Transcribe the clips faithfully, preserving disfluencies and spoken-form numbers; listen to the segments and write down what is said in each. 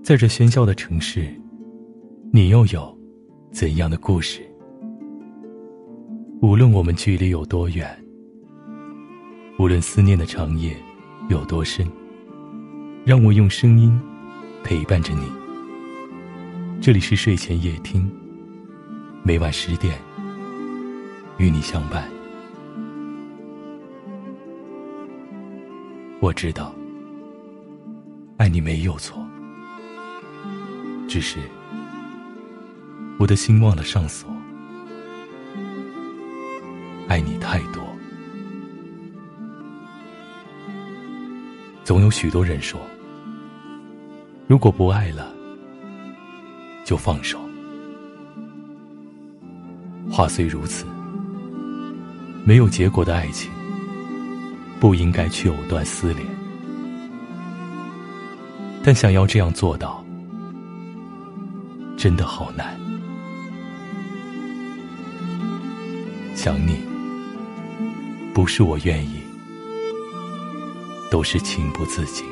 在这喧嚣的城市，你又有怎样的故事？无论我们距离有多远，无论思念的长夜有多深，让我用声音陪伴着你。这里是睡前夜听，每晚十点与你相伴。我知道爱你没有错，只是我的心忘了上锁。爱你太多，总有许多人说，如果不爱了就放手。话虽如此，没有结果的爱情不应该去藕断丝连，但想要这样做到真的好难。想你不是我愿意，都是情不自禁。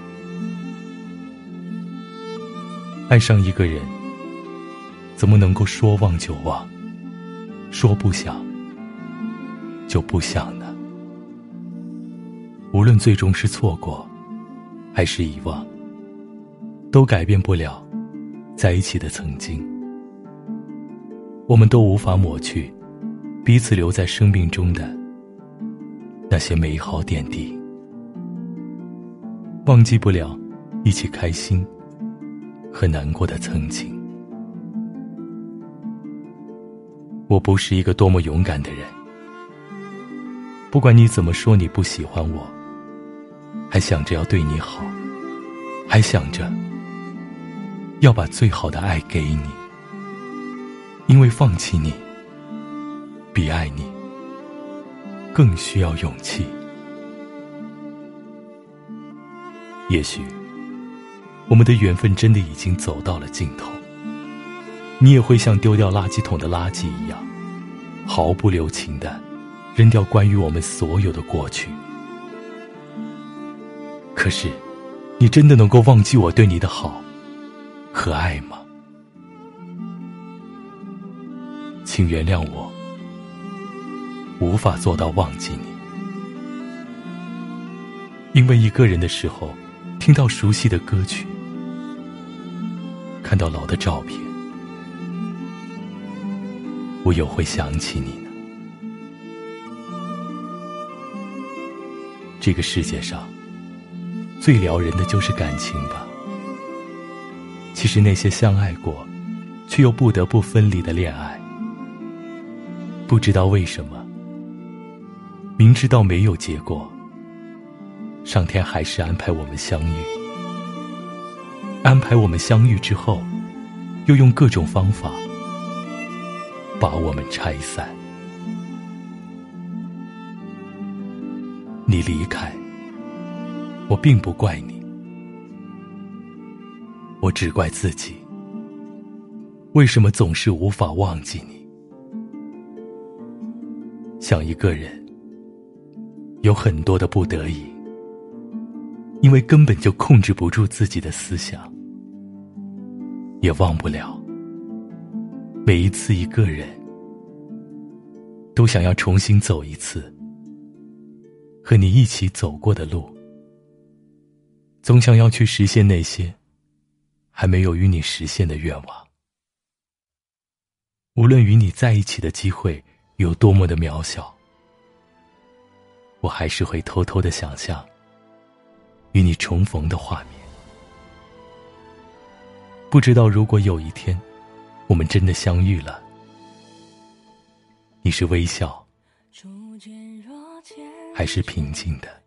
爱上一个人，怎么能够说忘就忘，说不想就不想呢？无论最终是错过还是遗忘，都改变不了在一起的曾经。我们都无法抹去彼此留在生命中的那些美好点滴，忘记不了一起开心和难过的曾经。我不是一个多么勇敢的人，不管你怎么说你不喜欢我，还想着要对你好，还想着要把最好的爱给你，因为放弃你比爱你更需要勇气。也许我们的缘分真的已经走到了尽头，你也会像丢掉垃圾桶的垃圾一样，毫不留情地扔掉关于我们所有的过去。可是你真的能够忘记我对你的好和爱吗？请原谅我无法做到忘记你，因为一个人的时候，听到熟悉的歌曲，看到老的照片，我又会想起你呢。这个世界上最撩人的就是感情吧。其实那些相爱过却又不得不分离的恋爱，不知道为什么，明知道没有结果，上天还是安排我们相遇。安排我们相遇之后，又用各种方法把我们拆散。你离开，我并不怪你，我只怪自己，为什么总是无法忘记你。想一个人，有很多的不得已，因为根本就控制不住自己的思想，也忘不了每一次一个人都想要重新走一次和你一起走过的路，总想要去实现那些还没有与你实现的愿望。无论与你在一起的机会有多么的渺小，我还是会偷偷地想象与你重逢的画面。不知道如果有一天我们真的相遇了，你是微笑还是平静的？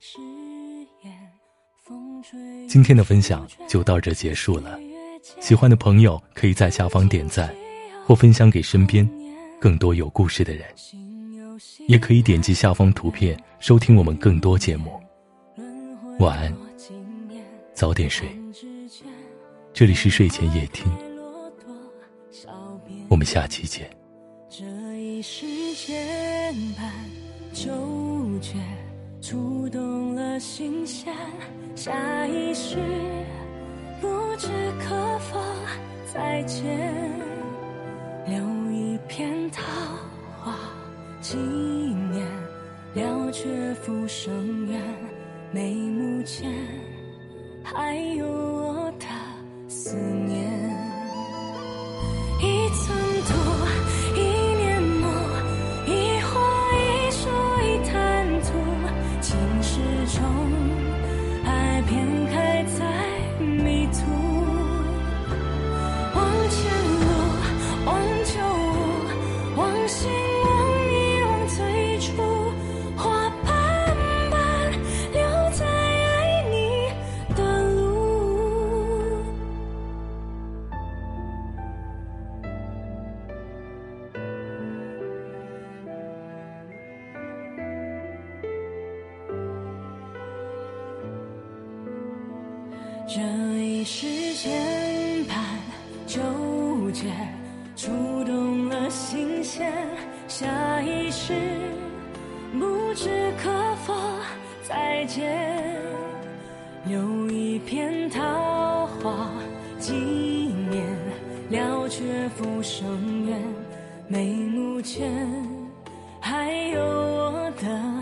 今天的分享就到这结束了，喜欢的朋友可以在下方点赞或分享给身边更多有故事的人，也可以点击下方图片收听我们更多节目。晚安，早点睡。这里是睡前夜听，我们下期见。 这一世牵绊纠结，触动了心弦，下一世不知可浮生缘，眉目间还有我的思念。一寸土，一年暮，一花一树一滩土，情始终，爱偏开在迷途。往前路，往旧物，往新往忆，往最初，花瓣般留在爱你的路。这一世牵绊纠结，触动了心弦，下一世不知可否再见。留一片桃花纪念，了却浮生缘，眉目间还有我的